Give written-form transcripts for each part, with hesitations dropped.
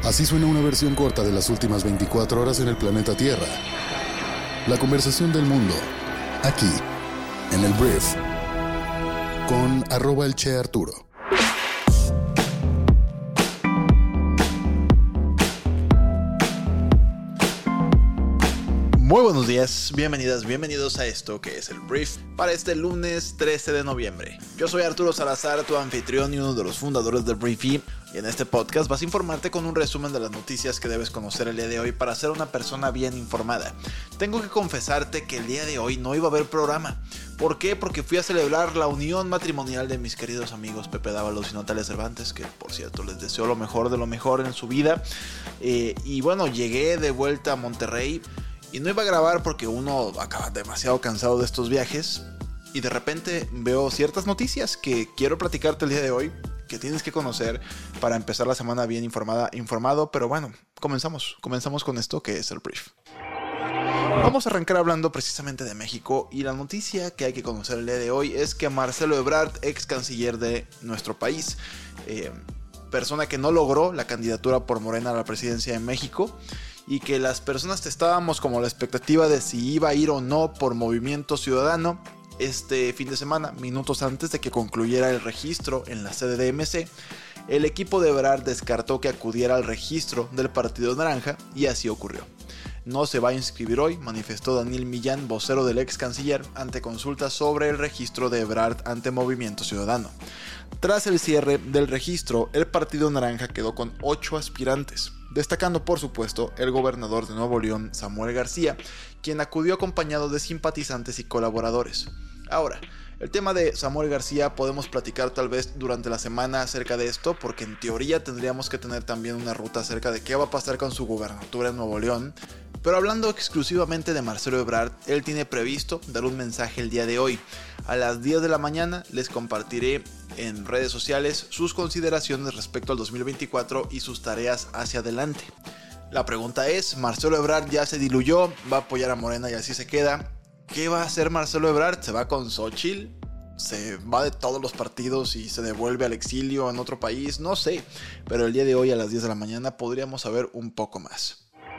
Así suena una versión corta de las últimas 24 horas en el planeta Tierra. La conversación del mundo, aquí, en el Brief, con @elCheArturo. Muy buenos días, bienvenidas, bienvenidos a esto que es el Brief para este lunes 13 de noviembre. Yo soy Arturo Salazar, tu anfitrión y uno de los fundadores del Brief, y en este podcast vas a informarte con un resumen de las noticias que debes conocer el día de hoy para ser una persona bien informada. Tengo que confesarte que el día de hoy no iba a haber programa. ¿Por qué? Porque fui a celebrar la unión matrimonial de mis queridos amigos Pepe Dávalos y Natalia Cervantes, que por cierto les deseo lo mejor de lo mejor en su vida. Y bueno, llegué de vuelta a Monterrey. Y no iba a grabar porque uno acaba demasiado cansado de estos viajes. Y de repente veo ciertas noticias que quiero platicarte el día de hoy, que tienes que conocer para empezar la semana bien informado. Pero bueno, comenzamos con esto que es el Brief. Vamos a arrancar hablando precisamente de México. Y la noticia que hay que conocer el día de hoy es que Marcelo Ebrard, ex canciller de nuestro país, persona que no logró la candidatura por Morena a la presidencia de México, y que las personas estábamos como la expectativa de si iba a ir o no por Movimiento Ciudadano. Este fin de semana, minutos antes de que concluyera el registro en la sede de MC, el equipo de Ebrard descartó que acudiera al registro del Partido Naranja, y así ocurrió. No se va a inscribir hoy, manifestó Daniel Millán, vocero del ex canciller, ante consultas sobre el registro de Ebrard ante Movimiento Ciudadano. Tras el cierre del registro, el Partido Naranja quedó con 8 aspirantes, destacando por supuesto el gobernador de Nuevo León, Samuel García, quien acudió acompañado de simpatizantes y colaboradores. Ahora, el tema de Samuel García podemos platicar tal vez durante la semana acerca de esto, porque en teoría tendríamos que tener también una ruta acerca de qué va a pasar con su gubernatura en Nuevo León. Pero hablando exclusivamente de Marcelo Ebrard, él tiene previsto dar un mensaje el día de hoy. A las 10 de la mañana les compartiré en redes sociales sus consideraciones respecto al 2024 y sus tareas hacia adelante. La pregunta es, ¿Marcelo Ebrard ya se diluyó? ¿Va a apoyar a Morena y así se queda? ¿Qué va a hacer Marcelo Ebrard? ¿Se va con Xóchitl? ¿Se va de todos los partidos y se devuelve al exilio en otro país? No sé, pero el día de hoy a las 10 de la mañana podríamos saber un poco más.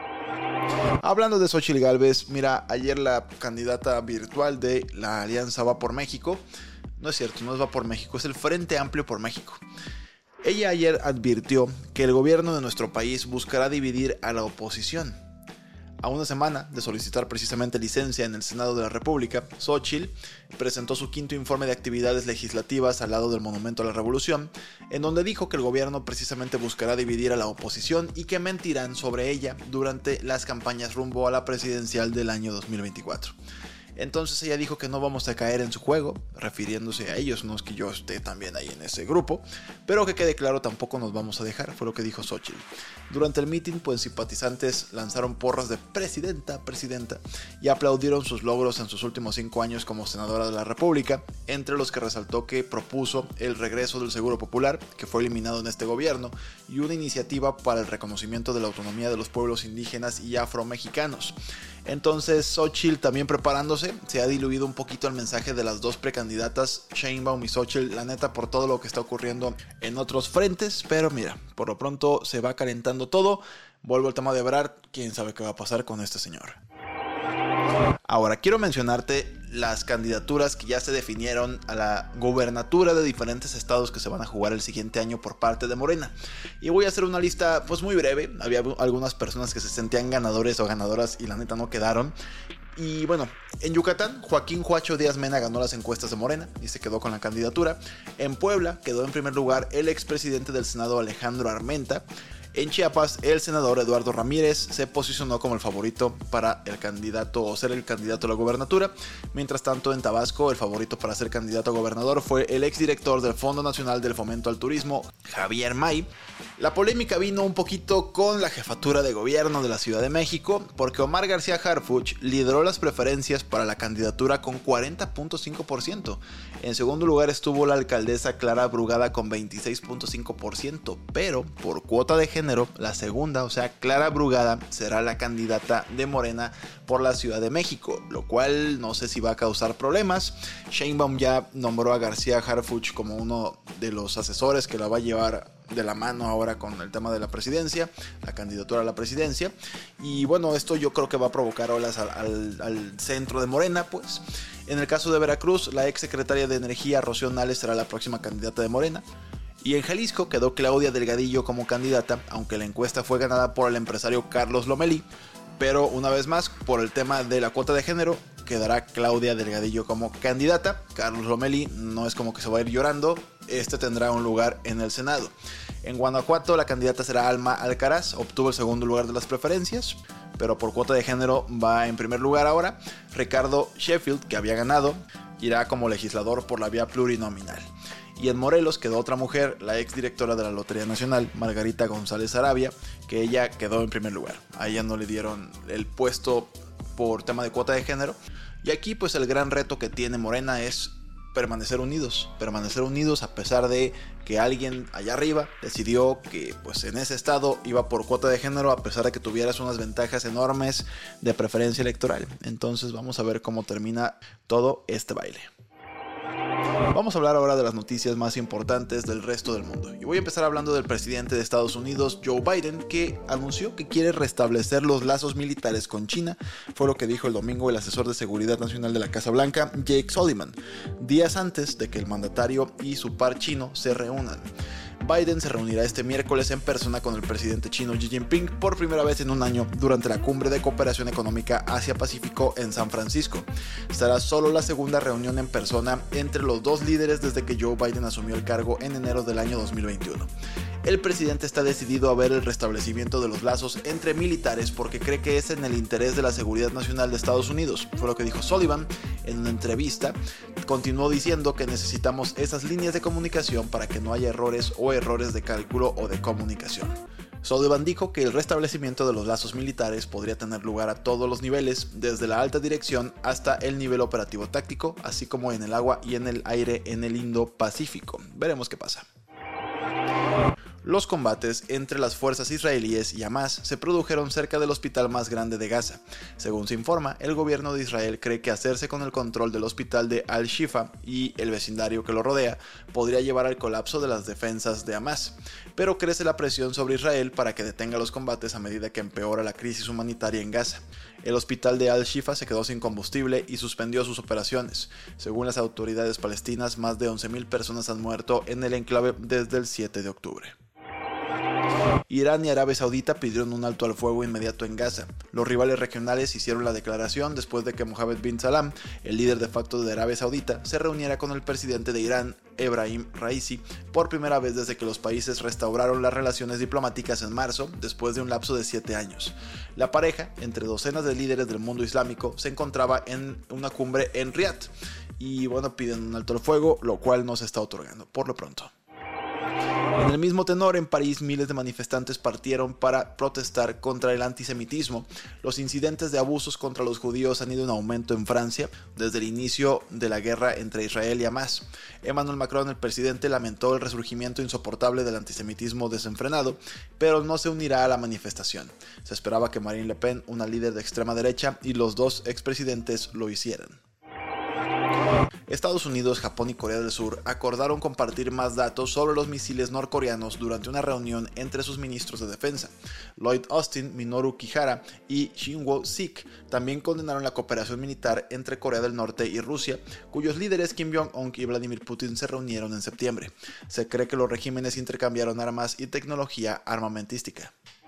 Hablando de Xóchitl Gálvez, mira, ayer la candidata virtual de la Alianza Va por México, no es cierto, no es Va por México, es el Frente Amplio por México. Ella ayer advirtió que el gobierno de nuestro país buscará dividir a la oposición. A una semana de solicitar precisamente licencia en el Senado de la República, Xóchitl presentó su quinto informe de actividades legislativas al lado del Monumento a la Revolución, en donde dijo que el gobierno precisamente buscará dividir a la oposición y que mentirán sobre ella durante las campañas rumbo a la presidencial del año 2024. Entonces ella dijo que no vamos a caer en su juego, refiriéndose a ellos, no es que yo esté también ahí en ese grupo, pero que quede claro, tampoco nos vamos a dejar, fue lo que dijo Xóchitl. Durante el meeting, pues simpatizantes lanzaron porras de presidenta, y aplaudieron sus logros en sus últimos 5 años como senadora de la República, entre los que resaltó que propuso el regreso del Seguro Popular, que fue eliminado en este gobierno, y una iniciativa para el reconocimiento de la autonomía de los pueblos indígenas y afromexicanos. Entonces Xóchitl también preparándose, se ha diluido un poquito el mensaje de las dos precandidatas, Sheinbaum y Xóchitl, la neta por todo lo que está ocurriendo en otros frentes, pero mira, por lo pronto se va calentando todo. Vuelvo al tema de Ebrard, quién sabe qué va a pasar con este señor. Ahora, quiero mencionarte las candidaturas que ya se definieron a la gubernatura de diferentes estados que se van a jugar el siguiente año por parte de Morena. Y voy a hacer una lista pues muy breve. Había algunas personas que se sentían ganadores o ganadoras y la neta no quedaron. Y bueno, en Yucatán, Joaquín Juacho Díaz Mena ganó las encuestas de Morena y se quedó con la candidatura. En Puebla quedó en primer lugar el expresidente del Senado Alejandro Armenta. En Chiapas, el senador Eduardo Ramírez se posicionó como el favorito para el candidato o ser el candidato a la gobernatura. Mientras tanto, en Tabasco, el favorito para ser candidato a gobernador fue el exdirector del Fondo Nacional del Fomento al Turismo, Javier May. La polémica vino un poquito con la jefatura de gobierno de la Ciudad de México, porque Omar García Harfuch lideró las preferencias para la candidatura con 40.5%. En segundo lugar estuvo la alcaldesa Clara Brugada con 26.5%, pero por cuota de gente Género, la segunda, o sea, Clara Brugada, será la candidata de Morena por la Ciudad de México, lo cual no sé si va a causar problemas. Sheinbaum ya nombró a García Harfuch como uno de los asesores que la va a llevar de la mano ahora con el tema de la presidencia, la candidatura a la presidencia. Y bueno, esto yo creo que va a provocar olas al centro de Morena, pues. En el caso de Veracruz, la ex secretaria de Energía, Rocío Nales, será la próxima candidata de Morena. Y en Jalisco quedó Claudia Delgadillo como candidata, aunque la encuesta fue ganada por el empresario Carlos Lomelí. Pero una vez más, por el tema de la cuota de género, quedará Claudia Delgadillo como candidata. Carlos Lomelí no es como que se va a ir llorando, tendrá un lugar en el Senado. En Guanajuato la candidata será Alma Alcaraz, obtuvo el segundo lugar de las preferencias, pero por cuota de género va en primer lugar ahora. Ricardo Sheffield, que había ganado, irá como legislador por la vía plurinominal. Y en Morelos quedó otra mujer, la exdirectora de la Lotería Nacional, Margarita González Arabia, que ella quedó en primer lugar. A ella no le dieron el puesto por tema de cuota de género. Y aquí pues el gran reto que tiene Morena es permanecer unidos a pesar de que alguien allá arriba decidió que pues en ese estado iba por cuota de género, a pesar de que tuvieras unas ventajas enormes de preferencia electoral. Entonces vamos a ver cómo termina todo este baile. Vamos a hablar ahora de las noticias más importantes del resto del mundo. Y voy a empezar hablando del presidente de Estados Unidos, Joe Biden, que anunció que quiere restablecer los lazos militares con China. Fue lo que dijo el domingo el asesor de seguridad nacional de la Casa Blanca, Jake Sullivan, días antes de que el mandatario y su par chino se reúnan. Biden se reunirá este miércoles en persona con el presidente chino Xi Jinping por primera vez en un año durante la Cumbre de Cooperación Económica Asia-Pacífico en San Francisco. Será solo la segunda reunión en persona entre los dos líderes desde que Joe Biden asumió el cargo en enero del año 2021. El presidente está decidido a ver el restablecimiento de los lazos entre militares porque cree que es en el interés de la seguridad nacional de Estados Unidos, fue lo que dijo Sullivan en una entrevista. Continuó diciendo que necesitamos esas líneas de comunicación para que no haya errores de cálculo o de comunicación. Sullivan dijo que el restablecimiento de los lazos militares podría tener lugar a todos los niveles, desde la alta dirección hasta el nivel operativo táctico, así como en el agua y en el aire en el Indo-Pacífico. Veremos qué pasa. Los combates entre las fuerzas israelíes y Hamas se produjeron cerca del hospital más grande de Gaza. Según se informa, el gobierno de Israel cree que hacerse con el control del hospital de Al-Shifa y el vecindario que lo rodea podría llevar al colapso de las defensas de Hamas, pero crece la presión sobre Israel para que detenga los combates a medida que empeora la crisis humanitaria en Gaza. El hospital de Al-Shifa se quedó sin combustible y suspendió sus operaciones. Según las autoridades palestinas, más de 11,000 personas han muerto en el enclave desde el 7 de octubre. Irán y Arabia Saudita pidieron un alto al fuego inmediato en Gaza. Los rivales regionales hicieron la declaración después de que Mohammed bin Salman, el líder de facto de Arabia Saudita, se reuniera con el presidente de Irán, Ebrahim Raisi, por primera vez desde que los países restauraron las relaciones diplomáticas en marzo, después de un lapso de 7 años. La pareja, entre docenas de líderes del mundo islámico, se encontraba en una cumbre en Riad. Y bueno, piden un alto al fuego, lo cual no se está otorgando por lo pronto. En el mismo tenor, en París, miles de manifestantes partieron para protestar contra el antisemitismo. Los incidentes de abusos contra los judíos han ido en aumento en Francia desde el inicio de la guerra entre Israel y Hamas. Emmanuel Macron, el presidente, lamentó el resurgimiento insoportable del antisemitismo desenfrenado, pero no se unirá a la manifestación. Se esperaba que Marine Le Pen, una líder de extrema derecha, y los dos expresidentes lo hicieran. Estados Unidos, Japón y Corea del Sur acordaron compartir más datos sobre los misiles norcoreanos durante una reunión entre sus ministros de defensa. Lloyd Austin, Minoru Kihara y Shinwo Sik también condenaron la cooperación militar entre Corea del Norte y Rusia, cuyos líderes Kim Jong-un y Vladimir Putin se reunieron en septiembre. Se cree que los regímenes intercambiaron armas y tecnología armamentística.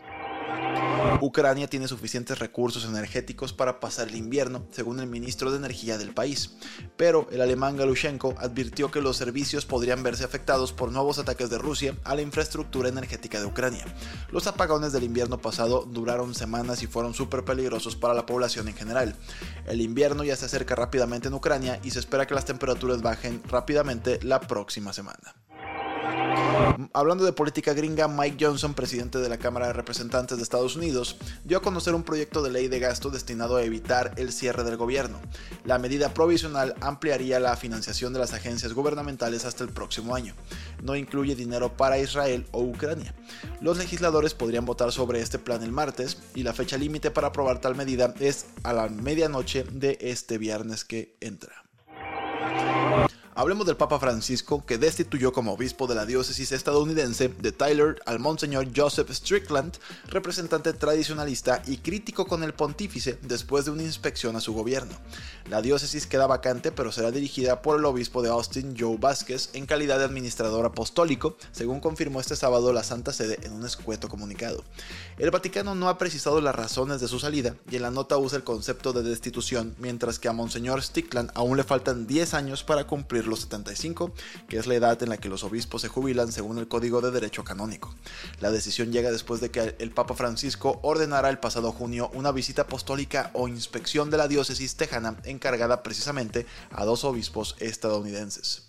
Ucrania tiene suficientes recursos energéticos para pasar el invierno, según el ministro de Energía del país, pero el alemán Galushenko advirtió que los servicios podrían verse afectados por nuevos ataques de Rusia a la infraestructura energética de Ucrania. Los apagones del invierno pasado duraron semanas y fueron súper peligrosos para la población en general. El invierno ya se acerca rápidamente en Ucrania y se espera que las temperaturas bajen rápidamente la próxima semana. Hablando de política gringa, Mike Johnson, presidente de la Cámara de Representantes de Estados Unidos, dio a conocer un proyecto de ley de gasto destinado a evitar el cierre del gobierno. La medida provisional ampliaría la financiación de las agencias gubernamentales hasta el próximo año. No incluye dinero para Israel o Ucrania. Los legisladores podrían votar sobre este plan el martes y la fecha límite para aprobar tal medida es a la medianoche de este viernes que entra. Hablemos del Papa Francisco, que destituyó como obispo de la diócesis estadounidense de Tyler al Monseñor Joseph Strickland, representante tradicionalista y crítico con el pontífice después de una inspección a su gobierno. La diócesis queda vacante, pero será dirigida por el obispo de Austin, Joe Vázquez, en calidad de administrador apostólico, según confirmó este sábado la Santa Sede en un escueto comunicado. El Vaticano no ha precisado las razones de su salida y en la nota usa el concepto de destitución, mientras que a Monseñor Strickland aún le faltan 10 años para cumplir los 75, que es la edad en la que los obispos se jubilan según el Código de Derecho Canónico. La decisión llega después de que el Papa Francisco ordenara el pasado junio una visita apostólica o inspección de la diócesis tejana encargada precisamente a 2 obispos estadounidenses.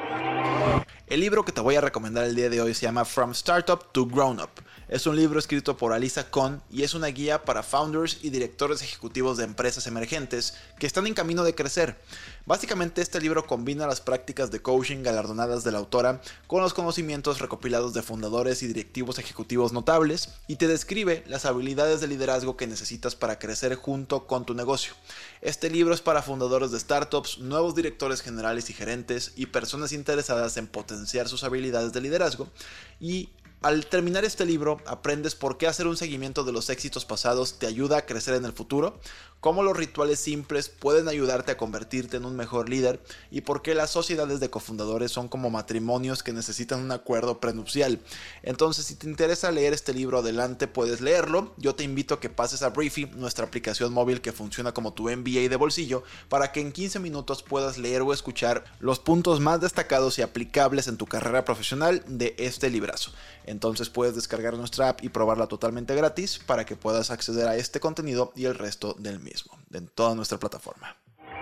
El libro que te voy a recomendar el día de hoy se llama From Startup to Grown Up. Es un libro escrito por Alisa Kohn y es una guía para founders y directores ejecutivos de empresas emergentes que están en camino de crecer. Básicamente este libro combina las prácticas de coaching galardonadas de la autora con los conocimientos recopilados de fundadores y directivos ejecutivos notables y te describe las habilidades de liderazgo que necesitas para crecer junto con tu negocio. Este libro es para fundadores de startups, nuevos directores generales y gerentes y personas interesadas en potenciar sus habilidades de liderazgo. Y al terminar este libro aprendes por qué hacer un seguimiento de los éxitos pasados te ayuda a crecer en el futuro, cómo los rituales simples pueden ayudarte a convertirte en un mejor líder y por qué las sociedades de cofundadores son como matrimonios que necesitan un acuerdo prenupcial. Entonces, si te interesa leer este libro, adelante, puedes leerlo. Yo te invito a que pases a Briefy, nuestra aplicación móvil que funciona como tu MBA de bolsillo, para que en 15 minutos puedas leer o escuchar los puntos más destacados y aplicables en tu carrera profesional de este librazo. Entonces puedes descargar nuestra app y probarla totalmente gratis para que puedas acceder a este contenido y el resto del mismo, en toda nuestra plataforma.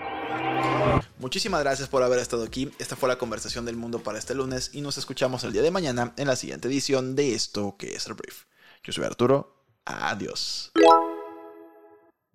Muchísimas gracias por haber estado aquí. Esta fue la conversación del mundo para este lunes y nos escuchamos el día de mañana en la siguiente edición de esto que es el Brief. Yo soy Arturo. Adiós.